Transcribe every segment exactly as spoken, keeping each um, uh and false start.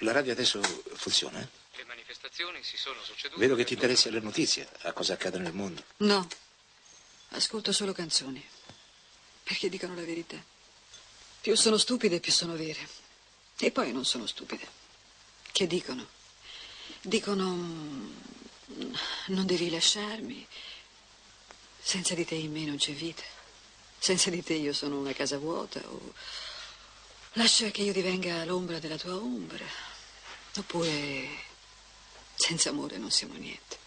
la radio adesso funziona? Eh? Le manifestazioni si sono succedute. Vedo che ti interessi alle notizie, a cosa accade nel mondo. No, ascolto solo canzoni, perché dicono la verità. Più sono stupide, più sono vere. E poi non sono stupide. Che dicono? Dicono, non devi lasciarmi. Senza di te in me non c'è vita. Senza di te io sono una casa vuota. O lascia che io divenga l'ombra della tua ombra. Oppure, senza amore non siamo niente.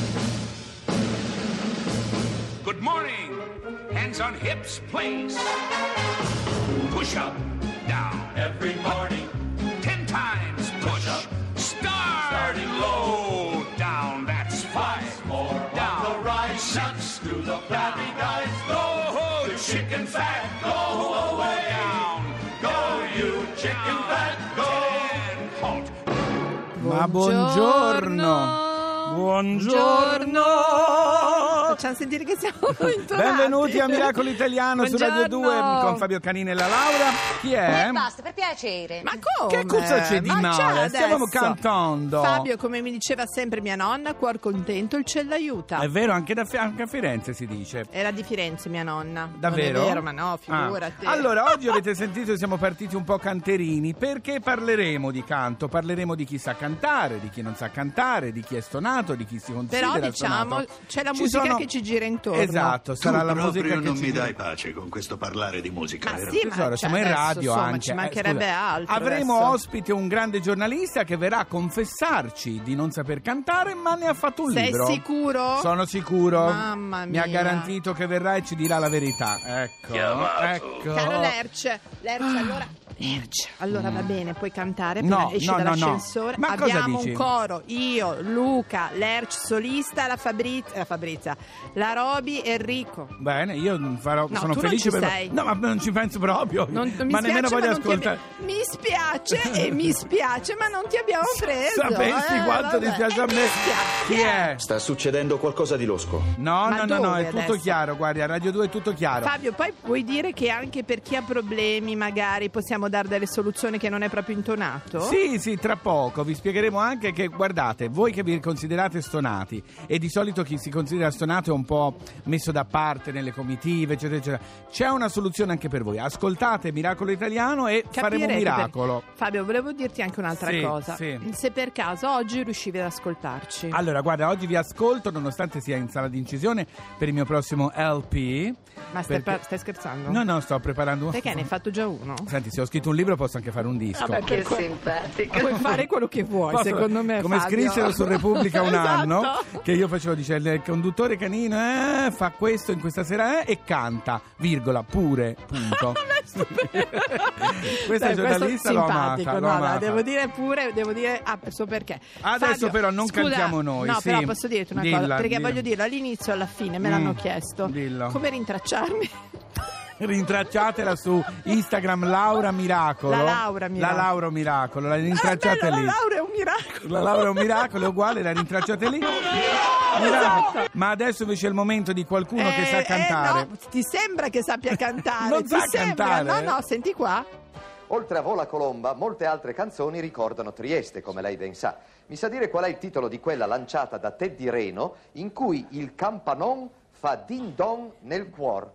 Good morning. Hands on hips, please. Push up, down. Every morning. Ten times push up. Start. Starting low. Down, that's five. More down. On the rise. Six. To the flabby guys. Go, the chicken fat. Go away. Down. Go, you chicken fat. Go. Ten. Halt. Ma buongiorno. Buongiorno. Facciamo sentire che siamo intonati. Benvenuti a Miracolo Italiano su Radio due con Fabio Canini e la Laura. Chi è? Eh, basta, per piacere. Ma come? Che cosa c'è di Ma male? c'è Stiamo adesso. cantando. Fabio, come mi diceva sempre mia nonna, cuor contento il cielo aiuta. È vero, anche, da, anche a Firenze si dice. Era di Firenze mia nonna. Davvero? Non è vero, ma no, figurati. Ah. Allora, oggi avete sentito, siamo partiti un po' canterini, perché parleremo di canto, parleremo di chi sa cantare, di chi non sa cantare, di chi è stonato, di chi si considera Però diciamo, stonato. c'è la Ci musica sono... che ci gira intorno. Esatto, sarà tu la proprio musica che non ci mi gira. dai pace con questo parlare di musica, Ma vero? sì, Tesoro, ma siamo cioè, in adesso, radio insomma, anche. ci eh, mancherebbe scusa. altro. Avremo adesso. ospite un grande giornalista che verrà a confessarci di non saper cantare, ma ne ha fatto un Sei libro. sicuro? Sono sicuro. Mamma Mi ha mia. garantito che verrà e ci dirà la verità. Ecco. Ecco. Caro Lerch, Lerch, allora Lerch, allora va bene, puoi cantare, appena No, esci no, no, no. dall'ascensore. Ma cosa abbiamo dici? un coro, io, Luca, Lerch solista, la Fabrizia, la Fabrizia, la Roby, Enrico. Bene, io farò, No, sono tu non felice ci per sei. No, ma non ci penso proprio. Non, non mi ma spiace, nemmeno ma voglio non ti ascoltare. abbi- Mi spiace e mi spiace, ma non ti abbiamo preso. Sapessi eh, quanto vabbè. dispiace a me. Mi spiace. Chi è? Sta succedendo qualcosa di losco. No, Ma no, no, no, è dove tutto adesso? chiaro, guardi, a Radio due è tutto chiaro. Fabio, poi vuoi dire che anche per chi ha problemi magari possiamo dare delle soluzioni che non è proprio intonato? Sì, sì, tra poco vi spiegheremo anche che, guardate, voi che vi considerate stonati, e di solito chi si considera stonato è un po' messo da parte nelle comitive, eccetera, eccetera, c'è una soluzione anche per voi. Ascoltate Miracolo Italiano e faremo un Capirete miracolo. per- Fabio, volevo dirti anche un'altra Sì, cosa. sì. Se per caso oggi riuscivi ad ascoltarci. Allora, guarda, oggi vi ascolto nonostante sia in sala di incisione per il mio prossimo L P. Ma stai, perché- pa- stai scherzando? No, no, sto preparando un... Perché ne hai fatto già uno? Senti, se ho scritto un libro posso anche fare un disco. Vabbè, Che per- simpatico. Puoi fare quello che vuoi, Posso- secondo me, come Fabio. scrissero su Repubblica un Esatto. anno che io facevo, dice il conduttore Canino eh, fa questo in questa sera eh, e canta, virgola, pure, punto. Questa Dai, giornalista questo l'ho simpatico, amata, l'ho no, no, amata. devo dire pure, devo dire, ah, so perché. Adesso Fabio, però non scusa, cantiamo noi, No, sì. però posso dirti una Dilla, cosa, perché dilla. voglio dirlo all'inizio e alla fine, me Mm, l'hanno chiesto. dillo. Come rintracciarmi? Rintracciatela su Instagram Laura Miracolo. La Laura Miracolo. La Laura Miracolo, la rintracciate Ah, bello, lì. La Laura è un miracolo. La Laura è un miracolo, è uguale, la rintracciate lì. Miracolo. Ma adesso invece è il momento di qualcuno che sa Eh, cantare. eh, no, ti sembra che sappia cantare? Non ti sa sembra? cantare? No, no, senti qua. Oltre a Vola Colomba, molte altre canzoni ricordano Trieste, come lei ben sa. Mi sa dire qual è il titolo di quella lanciata da Teddy Reno, in cui il campanon fa din don nel cuor.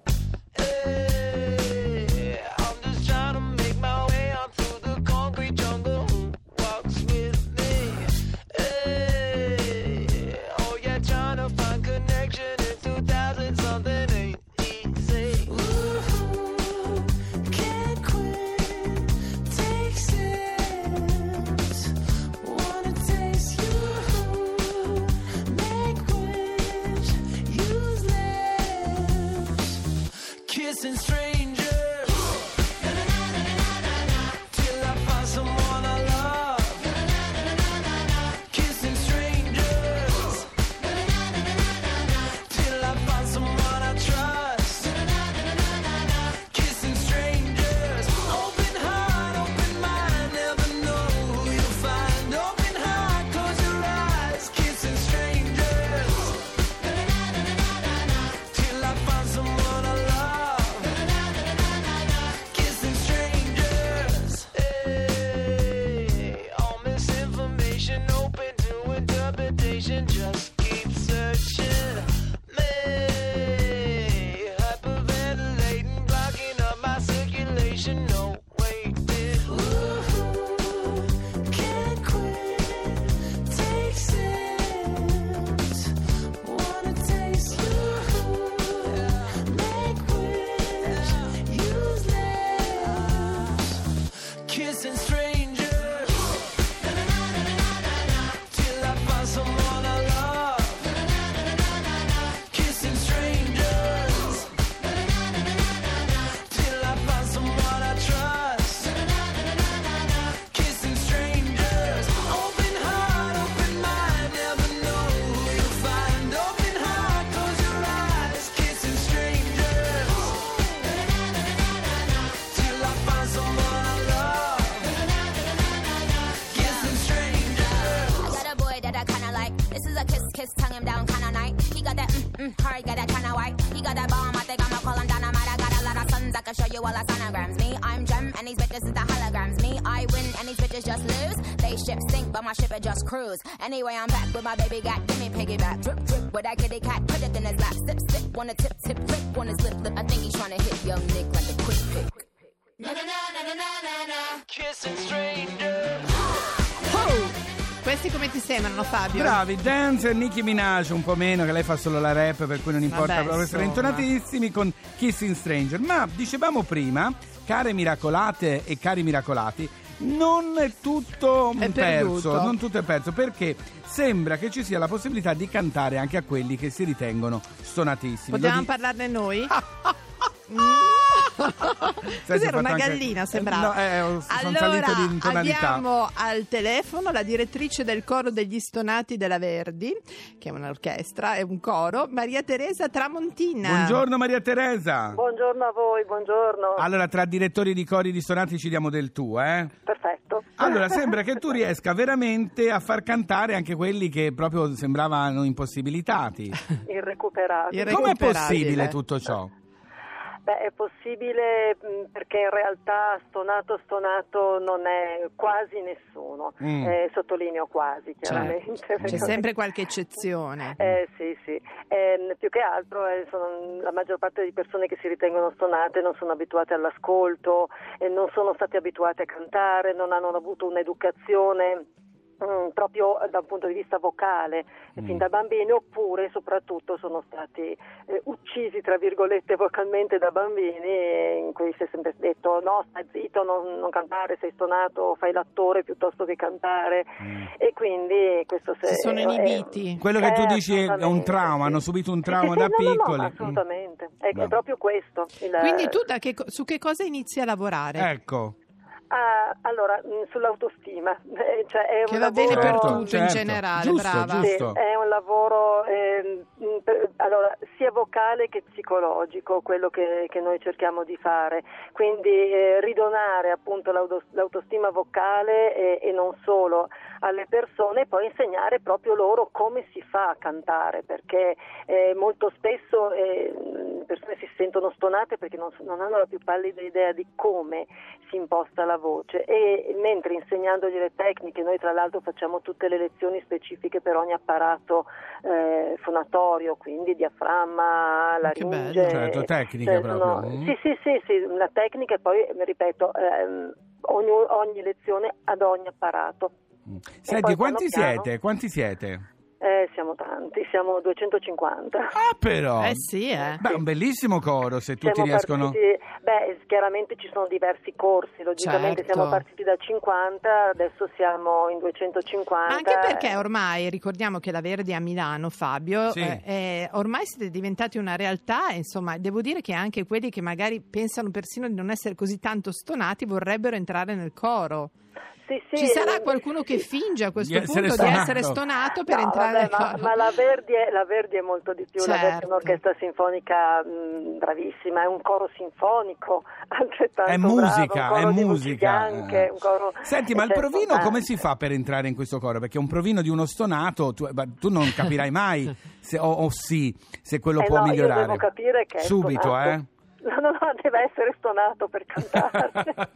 Mm, hurry, get that kinda white. He got that bomb, I think I'ma call him dynamite. I got a lot of sons, I can show you all the sonograms. Me, I'm Gem, and these bitches is the holograms. Me, I win, and these bitches just lose. They ship sink, but my ship it just cruise. Anyway, I'm back with my baby gat, give me piggyback. Drip, drip, with that kitty cat, put it in his lap. Sip, sip, wanna tip, tip, lick on his lip, lip. I think he's trying to hit young Nick like a quick pick. Na na na na na na na. Kissing strangers. Oh! Questi come ti sembrano, Fabio? Bravi, Dance e Nicki Minaj, un po' meno, che lei fa solo la rap, per cui non importa. Vabbè, proprio essere insomma. intonatissimi con Kissing Stranger. Ma dicevamo prima, care miracolate e cari miracolati, non è tutto È perso, perduto. non tutto è perso, perché sembra che ci sia la possibilità di cantare anche a quelli che si ritengono stonatissimi. Potevamo Lo di- parlarne noi? Mm. Senti, Cos'era, ho una fatto anche- gallina, sembrava. No, eh, ho- sono Allora, salito di intonalità. abbiamo al telefono la direttrice del coro degli Stonati della Verdi, che è un'orchestra, è un coro, Maria Teresa Tramontina. Buongiorno Maria Teresa. Buongiorno a voi, buongiorno. Allora, tra direttori di cori di stonati ci diamo del tu, eh? Perfetto. Allora, sembra che tu riesca veramente a far cantare anche quelli che proprio sembravano impossibilitati. Irrecuperabile. Com'è possibile tutto ciò? Beh, è possibile mh, perché in realtà stonato stonato non è quasi nessuno, Mm. eh, sottolineo quasi chiaramente. Certo. C'è perché- sempre qualche eccezione. Eh sì, sì. Ehm, più che altro eh, sono, la maggior parte di persone che si ritengono stonate non sono abituate all'ascolto, eh, non sono state abituate a cantare, non hanno avuto un'educazione mm, proprio da un punto di vista vocale Mm. fin da bambini, oppure soprattutto sono stati eh, uccisi tra virgolette vocalmente da bambini, eh, in cui si è sempre detto no, stai zitto, non, non cantare, sei stonato, fai l'attore piuttosto che cantare, e quindi questo se, Si sono eh, inibiti. Quello che tu eh, dici è un assolutamente, trauma, sì. hanno subito un Sì, trauma sì, da sì, no, no, no, piccoli. assolutamente, è, è Bravo. proprio questo. il- Quindi tu da che, co- su che cosa inizi a lavorare? Ecco. Ah, allora, mh, sull'autostima, eh, cioè è Che un va bene lavoro... per tutto in certo. generale, Giusto, brava. Sì, giusto. è un lavoro ehm, mh, per- allora, sia vocale che psicologico, quello che, che noi cerchiamo di fare, quindi eh, ridonare appunto l'auto- l'autostima vocale e, e non solo alle persone, e poi insegnare proprio loro come si fa a cantare, perché eh, molto spesso eh, le persone si sentono stonate perché non, non hanno la più pallida idea di come si imposta la voce, e mentre insegnandogli le tecniche, noi tra l'altro facciamo tutte le lezioni specifiche per ogni apparato eh, fonatorio, quindi diaframma, laringe, Certo, tecnica cioè, proprio. sono- Mm. sì, sì, sì, sì, la tecnica, e poi ripeto, ehm, ogni, ogni lezione ad ogni apparato. Senti, poi quanti piano piano- siete? Quanti siete? Eh, siamo tanti, siamo duecentocinquanta. Ah, però. Eh sì, eh. Beh, un bellissimo coro, se tutti Siamo riescono. partiti, beh, chiaramente ci sono diversi corsi, logicamente Certo. siamo partiti da cinquanta, adesso siamo in duecentocinquanta. Anche perché ormai ricordiamo che la Verdi a Milano, Fabio, Sì. eh, eh, ormai siete diventati una realtà, e, insomma, devo dire che anche quelli che magari pensano persino di non essere così tanto stonati vorrebbero entrare nel coro. Sì, sì, Ci sarà eh, qualcuno che finge a questo Di essere punto stonato. di essere stonato per No, entrare vabbè, nel ma, coro? ma la, Verdi è, la Verdi è molto di più, la Verdi è Certo. un'orchestra sinfonica mh, bravissima, è un coro sinfonico altrettanto È bravo, musica, un coro è di voci musica. bianche, un coro- Senti, ma il cioè, provino sono come tanti. si fa per entrare in questo coro? Perché un provino di uno stonato, tu, ma tu non capirai mai se, o, o sì, se quello Eh può no, io migliorare. devo capire che è Subito, stonato. eh? No, no, no, deve essere stonato per cantare,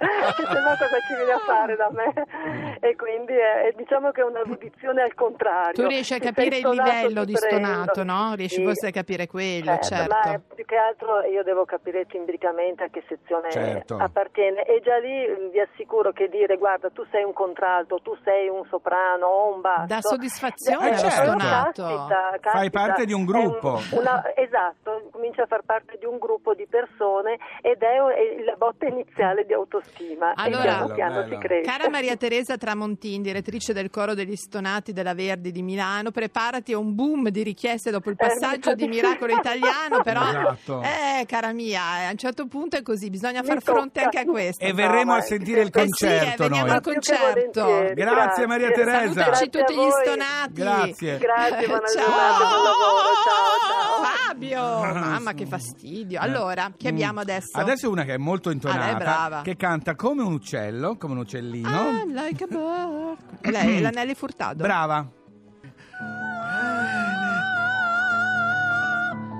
se no cosa ci viene a fare da me? E quindi è, diciamo che è un'audizione al contrario. Tu riesci a Se sei capire il stonato, livello ti di prendo. stonato, no? Riesci Sì. forse a capire quello, certo. Ma più che altro io devo capire timbricamente a che sezione Certo. appartiene, e già lì mh, vi assicuro che dire guarda tu sei un contralto, tu sei un soprano o un basso Dà soddisfazione Eh, allo certo. stonato. caspita, caspita, Fai parte di un gruppo. è un- una- esatto, comincia a far parte di un gruppo di persone ed è è la botta iniziale di autostima, Allora, e piano Bello, piano bello. si cresce. Cara Maria Teresa Tramontin, direttrice del coro degli Stonati della Verdi di Milano, preparati a un boom di richieste dopo il passaggio Eh, di Miracolo Italiano, però Esatto. eh cara mia, a un certo punto è così, bisogna Mi far fronte tocca. anche a questo. E verremo ma a sentire il sempre- Eh sì, eh, concerto veniamo noi. al Più che concerto. volentieri, Grazie, Maria Teresa. Salutaci Grazie tutti a gli voi. stonati. Grazie. Grazie, buona Ciao. giornata, buon lavoro, ciao, ciao. Fabio, mamma che fastidio. Allora, che abbiamo adesso? Adesso una che è molto Ah, lei è intonata, brava. che canta come un uccello, come un uccellino. Ah, like a bird. E lei è l'Anelli Furtado. Brava.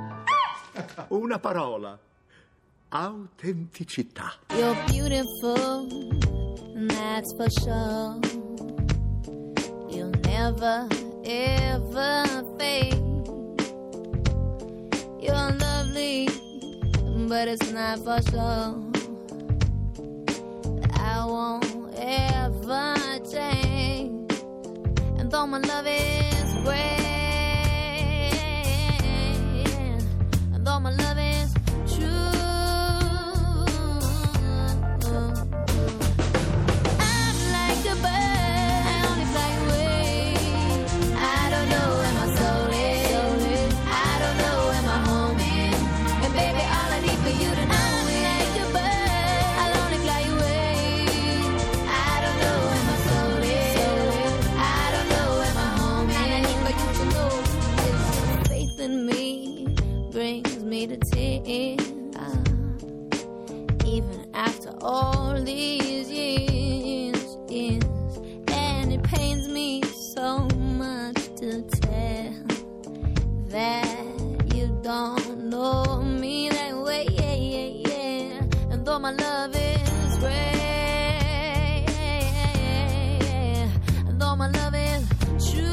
una parola. Autenticità. You're beautiful, and that's for sure. You'll never, ever fade. You're lovely, but it's not for sure. I won't ever change. And though my love is great, and though my love is true, I'm like a bird, I only fly away. I don't know where my soul is, I don't know where my home is. And baby, all I need for you to know, I'm like a bird, I'll only fly away. I don't know where my soul is, I don't know where my home is. And I need for you to know this faith in me brings me to tears. Even after all these years, years, and it pains me so much to tell that you don't know me that way, yeah, yeah, yeah. And though my love is great, and though my love is true,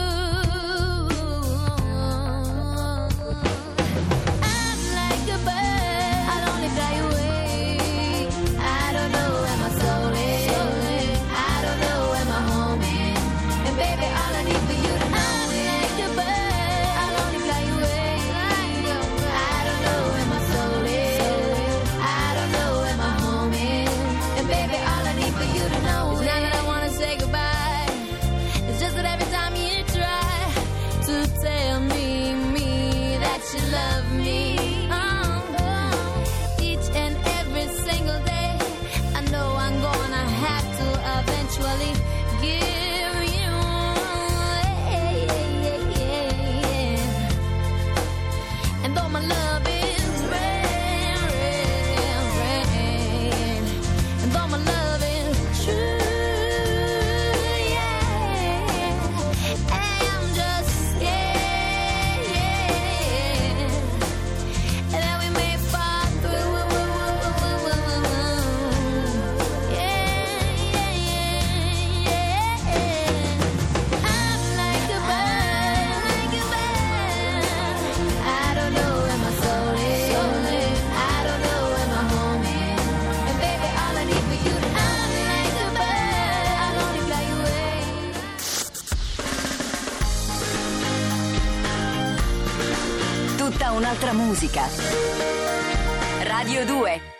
I'm like a bird, I'll only fly away. I don't know where my soul is, I don't know where my home is. And baby, all I need for you to know, I'm like a bird, I'll only fly away. I don't know where my soul is, I don't know where my home is. And baby, all I need for you to know is not that I wanna say goodbye. It's just that every time you try to tell me, me, that you love me, oh, each and every single day, I know I'm gonna have to eventually give you, yeah, yeah, yeah, yeah. And though my love is rare, rare, rare, and though my love is true, yeah, I'm just scared, yeah, that we may fall through, yeah, yeah, yeah. I'm like a bird, like a bird. I don't know where my soul is, I don't know where my home is. And baby, all I need for you to know, I'm like a bird, I'll only fly away. Tutta un'altra musica. Radio due.